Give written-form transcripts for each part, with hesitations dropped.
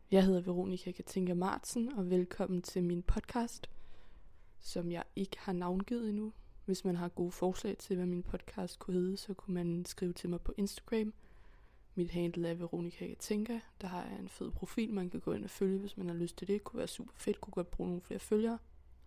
Jeg hedder Veronica Katinka Martsen, og velkommen til min podcast, som jeg ikke har navngivet endnu. Hvis man har gode forslag til, hvad min podcast kunne hedde, så kunne man skrive til mig på Instagram. Mit handle er Veronica Katinka. Der har jeg en fed profil, man kan gå ind og følge, hvis man har lyst til det. Det kunne være super fedt, kunne godt bruge nogle flere følgere.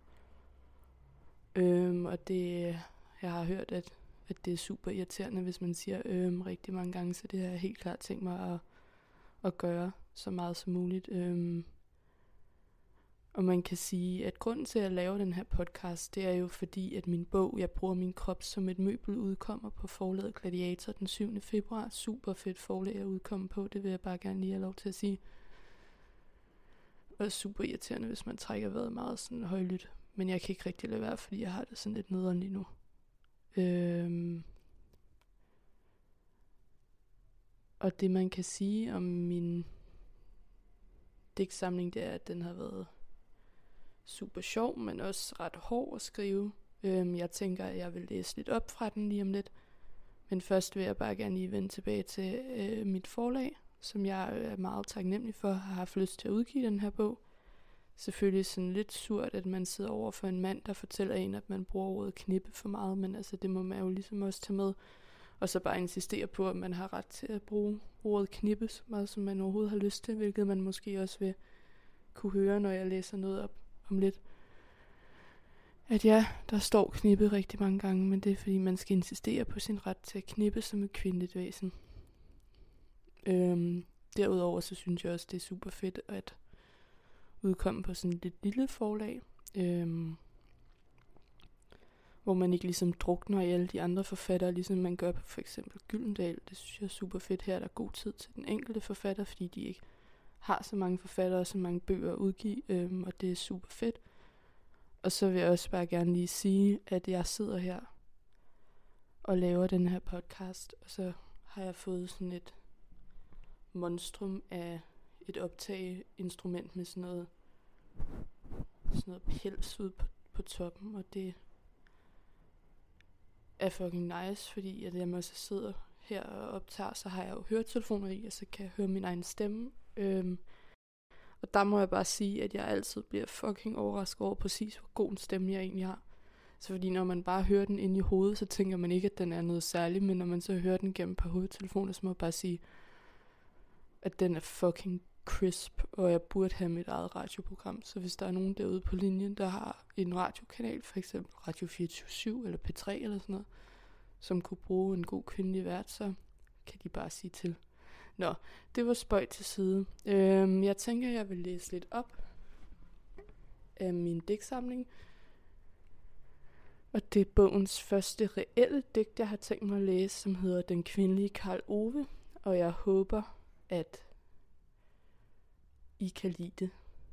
Og det, jeg har hørt, at det er super irriterende, hvis man siger rigtig mange gange, så det har jeg helt klart tænkt mig at gøre så meget som muligt. Og man kan sige, at grunden til at lave den her podcast, det er jo fordi, at min bog, Jeg bruger min krop som et møbel, udkommer på forlaget Gladiator den 7. februar. Super fedt forlag at udkomme på, det vil jeg bare gerne lige have lov til at sige. Og super irriterende, hvis man trækker vejret meget sådan højlydt. Men jeg kan ikke rigtig lade være, fordi jeg har det sådan lidt nederen lige nu. Og det man kan sige om min digtsamling, det er, at den har været super sjov, men også ret hård at skrive. Jeg tænker, at jeg vil læse lidt op fra den lige om lidt. Men først vil jeg bare gerne lige vende tilbage til mit forlag, som jeg er meget taknemmelig for, har haft lyst til at udgive den her bog. Selvfølgelig sådan lidt surt, at man sidder over for en mand, der fortæller en, at man bruger ordet knippe for meget, men altså det må man jo ligesom også tage med. Og så bare insistere på, at man har ret til at bruge ordet knippe så meget, som man overhovedet har lyst til, hvilket man måske også vil kunne høre, når jeg læser noget op om lidt. At ja, der står knippe rigtig mange gange, men det er fordi, man skal insistere på sin ret til at knippe som et kvindeligt væsen. Derudover så synes jeg også, det er super fedt at udkomme på sådan et lidt lille forlag, hvor man ikke ligesom drukner i alle de andre forfattere, ligesom man gør på for eksempel Gyldendal. Det synes jeg er super fedt. Her er der god tid til den enkelte forfatter, fordi de ikke har så mange forfattere og så mange bøger at udgive, og det er super fedt. Og så vil jeg også bare gerne lige sige, at jeg sidder her og laver den her podcast, og så har jeg fået sådan et monstrum af et optageinstrument med sådan noget pels ud på toppen, og det er fucking nice, fordi at jeg også sidder her og optager, så har jeg jo høretelefoner i, og så kan jeg høre min egen stemme. Og der må jeg bare sige, at jeg altid bliver fucking overrasket over præcis, hvor god en stemme jeg egentlig har. Så fordi når man bare hører den ind i hovedet, så tænker man ikke, at den er noget særligt, men når man så hører den gennem på hovedtelefoner, så må jeg bare sige, at den er fucking crisp, og jeg burde have mit eget radioprogram. Så hvis der er nogen derude på linjen, der har en radiokanal, for eksempel Radio 24/7 eller P3 eller sådan noget, som kunne bruge en god kvindelig vært, så kan de bare sige til. Nå, det var spøjt til side. Jeg tænker, jeg vil læse lidt op af min digtsamling. Og det er bogens første reelle digt, jeg har tænkt mig at læse, som hedder Den kvindelige Karl Ove. Og jeg håber, at I kan lide det.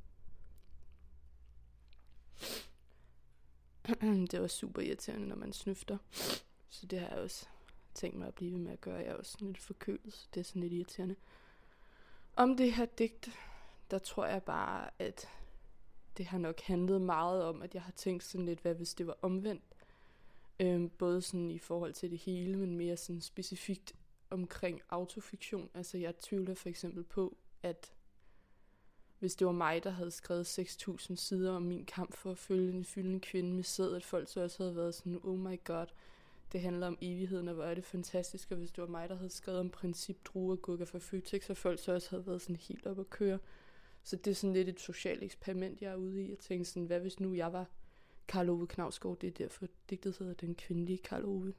Det var super irriterende, når man snøfter. Så det har jeg også tænkt mig at blive ved med at gøre. Jeg er også sådan lidt forkølet, så det er sådan lidt irriterende. Om det her digt, der tror jeg bare, at det har nok handlet meget om, at jeg har tænkt sådan lidt, hvad hvis det var omvendt. Både sådan i forhold til det hele, men mere sådan specifikt omkring autofiktion. Altså jeg tvivler for eksempel på, at hvis det var mig, der havde skrevet 6.000 sider om min kamp for at følge en fyldende kvinde med sæd, at folk så også havde været sådan, oh my god, det handler om evigheden, og hvor er det fantastisk. Og hvis det var mig, der havde skrevet om princip drueagurker fra Føtex, så folk så også havde været sådan helt op at køre. Så det er sådan lidt et socialt eksperiment, jeg er ude i. Jeg tænkte sådan, hvad hvis nu jeg var Karl Ove Knausgård? Det er derfor digtet hedder Den kvindelige Karl Ove.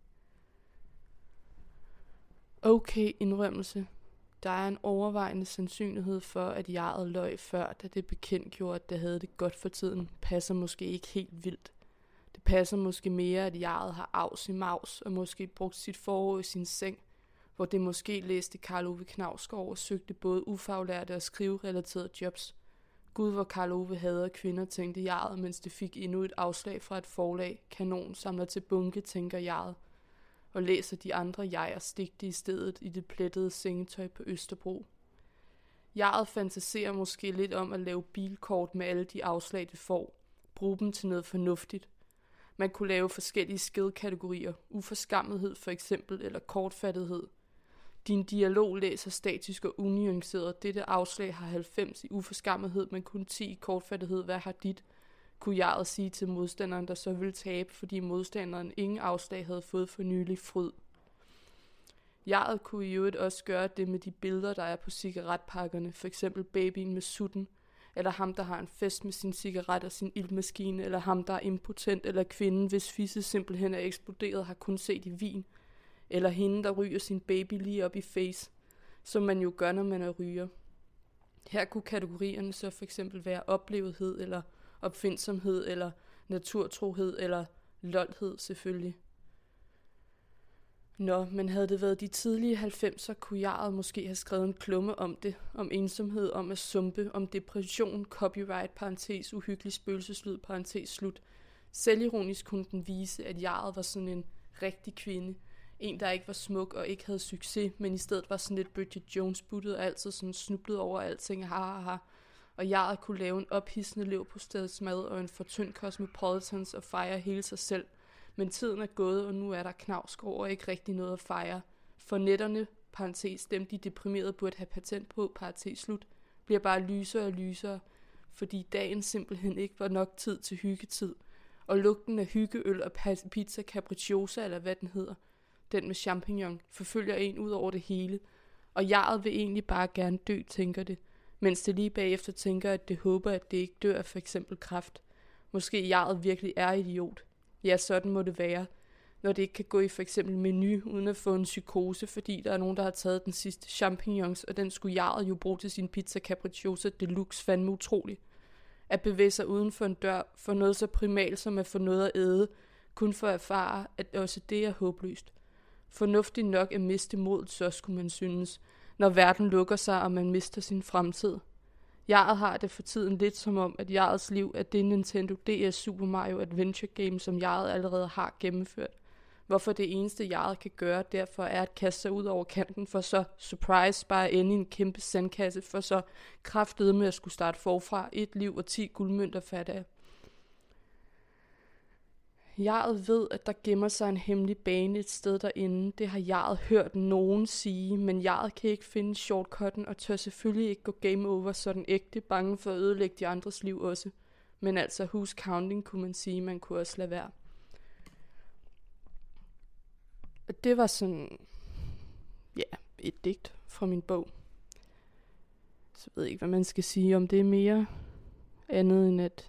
Okay, indrømmelse. Der er en overvejende sandsynlighed for, at jeget løg før, da det bekendtgjorde, at det havde det godt for tiden, passer måske ikke helt vildt. Det passer måske mere, at jeget har avs i maus, og måske brugt sit forår i sin seng, hvor det måske læste Karl Ove Knausgård og søgte både ufaglærte og skriverelaterede jobs. Gud, hvor Karl Ove hader kvinder, tænkte jeget, mens det fik endnu et afslag fra et forlag. Kanon samler til bunke, tænker jeget, og læser de andre jeger stigte i stedet i det plettede sengetøj på Østerbro. Jeget fantaserer måske lidt om at lave bilkort med alle de afslag, det får. Brug dem til noget fornuftigt. Man kunne lave forskellige skedkategorier, uforskammethed for eksempel, eller kortfattethed. Din dialog læser statisk og unuanceret. Dette afslag har 90 i uforskammethed, men kun 10 i kortfattighed. Hvad har dit? Kunne jeget sige til modstanderen, der så ville tabe, fordi modstanderen ingen afslag havde fået for nylig fryd. Jeget kunne i øvrigt også gøre det med de billeder, der er på cigaretpakkerne, for eksempel babyen med sutten, eller ham, der har en fest med sin cigaret og sin iltmaskine, eller ham, der er impotent, eller kvinden, hvis fisse simpelthen er eksploderet, har kun set i vin, eller hende, der ryger sin baby lige op i face, som man jo gør, når man er ryger. Her kunne kategorierne så for eksempel være oplevethed, eller opfindsomhed, eller naturtrohed, eller lolhed selvfølgelig. Nå, men havde det været de tidlige 90'er, kunne jeget måske have skrevet en klumme om det, om ensomhed, om at sumpe, om depression, copyright, parentes, uhyggelig spøgelseslyd, parentes, slut. Selvironisk kunne den vise, at jeget var sådan en rigtig kvinde. En, der ikke var smuk og ikke havde succes, men i stedet var sådan lidt Bridget Jones-buttet og altid sådan snublet over alting, ha. Og jeget kunne lave en ophidsende leverpostejsmad og en for tynd Cosmopolitans og fejre hele sig selv. Men tiden er gået, og nu er der knavskår og ikke rigtig noget at fejre. For netterne, parentes, dem de deprimerede burde have patent på, parentes slut, bliver bare lysere og lysere, fordi dagen simpelthen ikke var nok tid til hyggetid. Og lugten af hyggeøl og pizza capricciosa, eller hvad den hedder, den med champignon, forfølger en ud over det hele. Og jeget vil egentlig bare gerne dø, tænker det, mens det lige bagefter tænker, at det håber, at det ikke dør af for eksempel kræft. Måske jeget virkelig er idiot. Ja, sådan må det være, når det ikke kan gå i for eksempel menu, uden at få en psykose, fordi der er nogen, der har taget den sidste champignons, og den skulle jeget jo bruge til sin pizza capricciosa deluxe, fandme utroligt. At bevæge sig uden for en dør, for noget så primalt som at få noget at æde, kun for at erfare, at også det er håbløst. Fornuftigt nok at miste modet, så skulle man synes, når verden lukker sig, og man mister sin fremtid. Jeget har det for tiden lidt som om, at jegets liv er det Nintendo DS Super Mario Adventure Game, som jeget allerede har gennemført. Hvorfor det eneste jeget kan gøre, derfor er at kaste sig ud over kanten, for så surprise bare ende i en kæmpe sandkasse, for så kraftedeme med at skulle starte forfra, 1 liv og 10 guldmønter fat af. Jeget ved, at der gemmer sig en hemmelig bane et sted derinde. Det har jeget hørt nogen sige, men jeget kan ikke finde shortcutten og tør selvfølgelig ikke gå game over, så den ægte bange for at ødelægge de andres liv også. Men altså, who's counting, kunne man sige, man kunne også lade være. Det var sådan, ja, et digt fra min bog. Så jeg ved ikke, hvad man skal sige om det mere, andet end at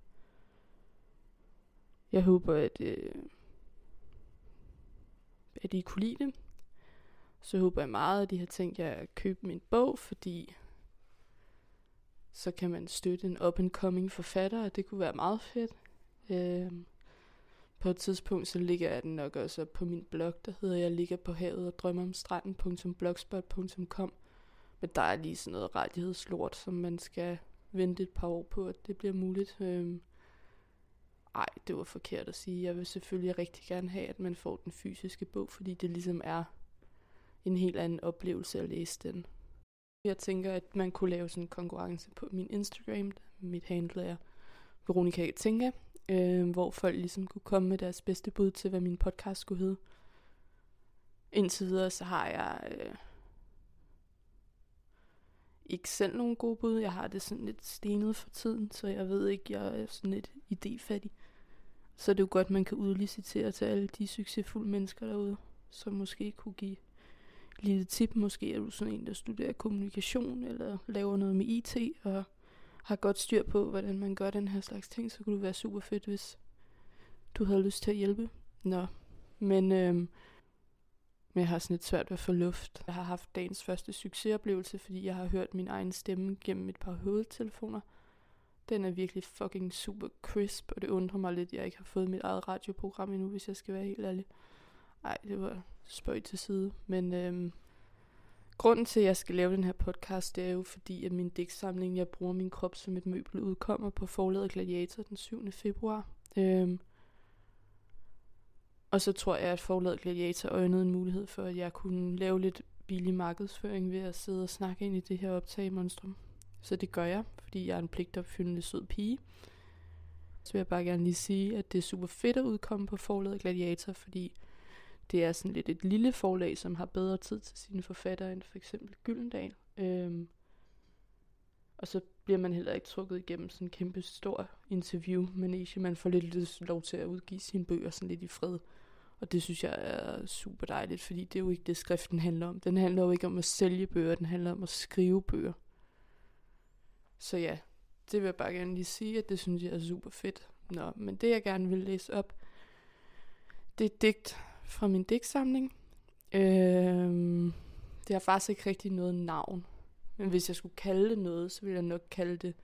jeg håber, at I kunne lide det. Så håber jeg meget, at I har tænkt jer at købe min bog, fordi så kan man støtte en up-and-coming forfatter, og det kunne være meget fedt. På et tidspunkt, så ligger jeg den nok også på min blog, der hedder Jeg ligger på havet og drømmer om stranden.blogspot.com. Men der er lige sådan noget rettighedslort, som man skal vente et par år på, at det bliver muligt. Ej, det var forkert at sige. Jeg vil selvfølgelig rigtig gerne have, at man får den fysiske bog, fordi det ligesom er en helt anden oplevelse at læse den. Jeg tænker, at man kunne lave sådan en konkurrence på min Instagram. Mit handle er Veronica Tinga, hvor folk ligesom kunne komme med deres bedste bud til, hvad min podcast skulle hedde. Indtil videre, så har jeg ikke selv nogen gode bud. Jeg har det sådan lidt stenet for tiden, så jeg ved ikke, jeg er sådan lidt idéfattig. Så det er jo godt, man kan udlicitere til alle de succesfulde mennesker derude, som måske kunne give et lille tip. Måske er du sådan en, der studerer kommunikation, eller laver noget med IT, og har godt styr på, hvordan man gør den her slags ting, så kunne det være super fedt, hvis du havde lyst til at hjælpe. Men jeg har sådan lidt svært ved at få luft. Jeg har haft dagens første succesoplevelse, fordi jeg har hørt min egen stemme gennem et par hovedtelefoner. Den er virkelig fucking super crisp, og det undrer mig lidt, at jeg ikke har fået mit eget radioprogram endnu, hvis jeg skal være helt ærlig. Ej, det var spøj til side. Men grunden til, at jeg skal lave den her podcast, det er jo fordi, at min digtsamling, Jeg bruger min krop som et møbel, udkommer på forlaget Gladiator den 7. februar. Og så tror jeg, at forlaget Gladiator øjnede en mulighed for, at jeg kunne lave lidt billig markedsføring ved at sidde og snakke ind i det her optagemonstrum. Så det gør jeg, fordi jeg er en pligtopfyldende sød pige. Så vil jeg bare gerne lige sige, at det er super fedt at udkomme på forlaget Gladiator, fordi det er sådan lidt et lille forlag, som har bedre tid til sine forfattere end for eksempel Gyldendal. Og så bliver man heller ikke trukket igennem sådan en kæmpe stor interview-manege. Man får lidt lov til at udgive sine bøger sådan lidt i fred. Og det synes jeg er super dejligt, fordi det er jo ikke det, skriften handler om. Den handler jo ikke om at sælge bøger, den handler om at skrive bøger. Så ja, det vil jeg bare gerne lige sige, at det synes jeg er super fedt. Nå, men det jeg gerne vil læse op, det er et digt fra min digtsamling. Det har faktisk ikke rigtig noget navn. Men hvis jeg skulle kalde det noget, så ville jeg nok kalde det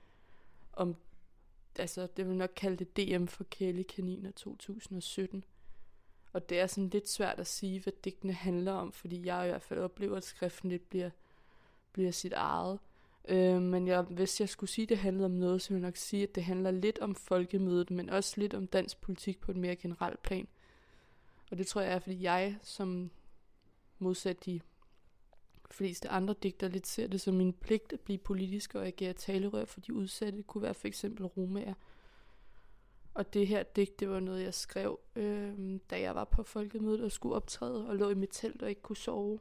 det vil nok kalde det DM for Kælekaniner 2017. Og det er sådan lidt svært at sige, hvad digtene handler om, fordi jeg i hvert fald oplever, at skriften lidt bliver sit eget. Men hvis jeg skulle sige, at det handlede om noget, så ville jeg nok sige, at det handler lidt om folkemødet, men også lidt om dansk politik på et mere generelt plan. Og det tror jeg er, fordi jeg, som modsat de fleste andre digter, lidt ser det som min pligt at blive politisk og agere talerør for de udsatte. Det kunne være for eksempel romaer. Og det her digt, det var noget, jeg skrev, da jeg var på folkemødet og skulle optræde og lå i mit telt og ikke kunne sove.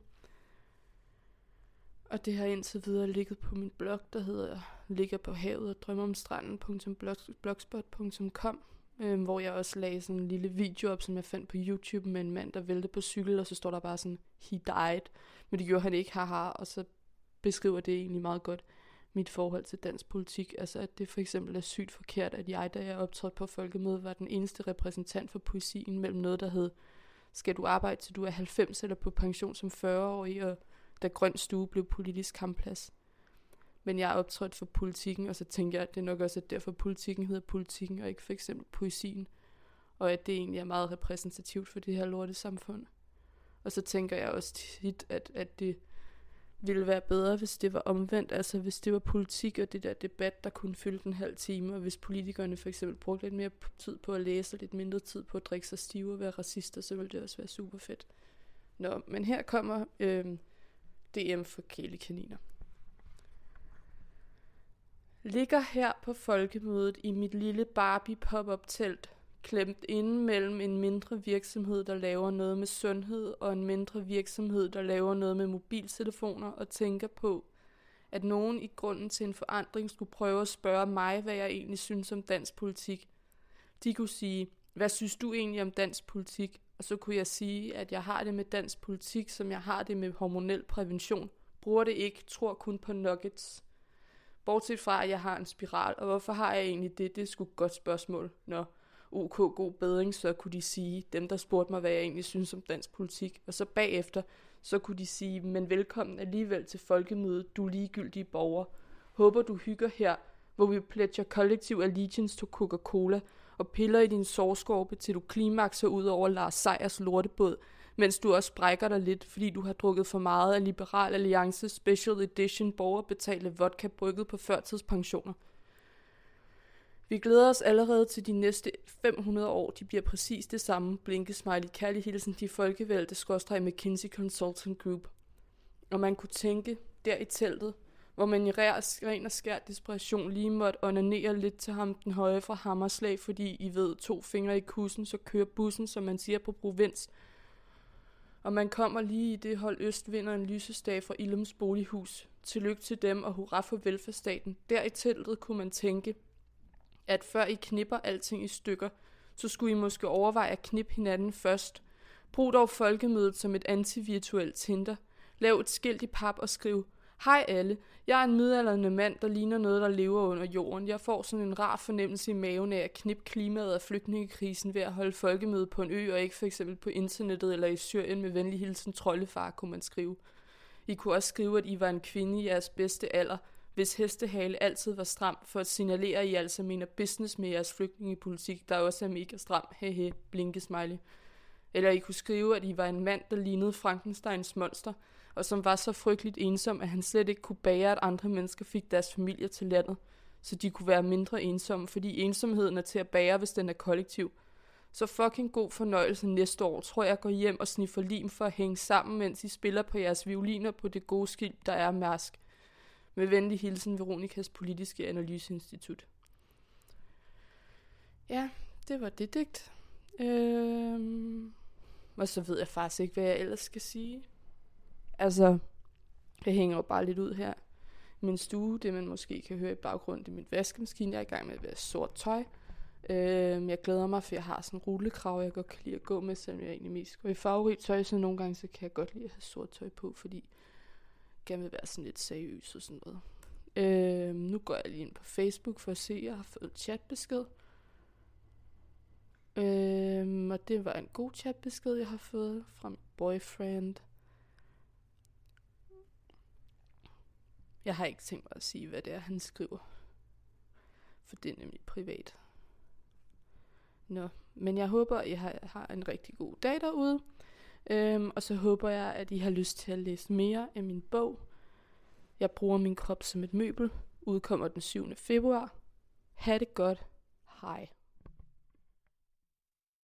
Og det har indtil videre ligget på min blog, der hedder ligger på havet og drømmeomstranden.blogspot.com, hvor jeg også lagde sådan en lille video op, som jeg fandt på YouTube med en mand, der væltede på cykel, og så står der bare sådan, he died. Men det gjorde han ikke, haha, og så beskriver det egentlig meget godt mit forhold til dansk politik. Altså at det for eksempel er sygt forkert, at jeg, da jeg optrådte på folkemødet, var den eneste repræsentant for poesien mellem noget, der hed, skal du arbejde til du er 90 eller på pension som 40-årig, og da Grøn Stue blev politisk kampplads. Men jeg er optrådt for politikken, og så tænker jeg, at det er nok også, at derfor politikken hedder politikken, og ikke for eksempel poesien. Og at det egentlig er meget repræsentativt for det her lortesamfund. Og så tænker jeg også tit, at det ville være bedre, hvis det var omvendt. Altså hvis det var politik og det der debat, der kunne fylde en halv time, og hvis politikerne for eksempel brugte lidt mere tid på at læse, og lidt mindre tid på at drikke sig stive og være racister, så ville det også være super fedt. Nå, men her kommer DM for Kælekaniner. Ligger her på folkemødet i mit lille Barbie pop-up telt, klemt inde mellem en mindre virksomhed, der laver noget med sundhed, og en mindre virksomhed, der laver noget med mobiltelefoner, og tænker på, at nogen i grunden til en forandring skulle prøve at spørge mig, hvad jeg egentlig synes om dansk politik. De kunne sige, hvad synes du egentlig om dansk politik? Og så kunne jeg sige, at jeg har det med dansk politik, som jeg har det med hormonel prævention. Bruger det ikke, tror kun på nuggets. Bortset fra, at jeg har en spiral, og hvorfor har jeg egentlig det? Det er sgu et godt spørgsmål. Nå, OK, god bedring, så kunne de sige, dem der spurgte mig, hvad jeg egentlig synes om dansk politik. Og så bagefter, så kunne de sige, men velkommen alligevel til folkemødet, du ligegyldige borger. Håber du hygger her, hvor vi pledger collective allegiance to Coca-Cola, og piller i din sårskorpe, til du klimakser ud over Lars Seiers lortebåd, mens du også brækker dig lidt, fordi du har drukket for meget af Liberal Alliance Special Edition borgerbetalte vodka brygget på førtidspensioner. Vi glæder os allerede til de næste 500 år, de bliver præcis det samme, blinkesmiley, kærlig hilsen, de folkevalgte /McKinsey Consultant Group. Og man kunne tænke, der i teltet, hvor man i ren og skær desperation lige måtte onanere lidt til ham den høje fra Hammerslag, fordi I ved, 2 fingre i kussen, så kører bussen, som man siger på provins. Og man kommer lige i det hold øst vinder en lysestage fra Illums bolighus. Tillykke til dem og hurra for velfærdsstaten. Der i teltet kunne man tænke, at før I knipper alting i stykker, så skulle I måske overveje at knippe hinanden først. Brug dog folkemødet som et antivirtuelt Tinder. Lav et skilt i pap og skriv, hej alle, jeg er en midaldrende mand, der ligner noget, der lever under jorden. Jeg får sådan en rar fornemmelse i maven af at knippe klimaet og flygtningekrisen ved at holde folkemøde på en ø, og ikke for eksempel på internettet eller i Syrien med venlig hilsen troldefar, kunne man skrive. I kunne også skrive, at I var en kvinde i jeres bedste alder, hvis hestehale altid var stram, for at signalere, at I altså mener business med jeres flygtningepolitik, der også er mega stram, hehe, blinkesmiley. Eller I kunne skrive, at I var en mand, der lignede Frankensteins monster, og som var så frygteligt ensom, at han slet ikke kunne bære, at andre mennesker fik deres familier til landet, så de kunne være mindre ensomme, fordi ensomheden er til at bære, hvis den er kollektiv. Så fucking god fornøjelse næste år, tror jeg går hjem og sniffer lim for at hænge sammen, mens I spiller på jeres violiner på det gode skib, der er Mærsk. Med venlig hilsen, Veronikas Politiske Analyseinstitut. Ja, det var det digt. Og så ved jeg faktisk ikke, hvad jeg ellers skal sige. Altså, jeg hænger jo bare lidt ud her i min stue. Det man måske kan høre i baggrunden, det er min vaskemaskine. Jeg er i gang med at være sort tøj. Jeg glæder mig, for jeg har sådan en rullekrav, jeg godt kan lide at gå med, selvom jeg egentlig mest går i farverigt tøj. Så nogle gange så kan jeg godt lide at have sort tøj på, fordi jeg gerne vil være sådan lidt seriøs og sådan noget. Nu går jeg lige ind på Facebook for at se, at jeg har fået en chatbesked. Og det var en god chatbesked, jeg har fået fra min boyfriend. Jeg har ikke tænkt mig at sige, hvad det er, han skriver. For det er nemlig privat. Nå, men jeg håber, at I har en rigtig god dag derude. Og så håber jeg, at I har lyst til at læse mere af min bog. Jeg bruger min krop som et møbel. Udkommer den 7. februar. Ha' det godt. Hej.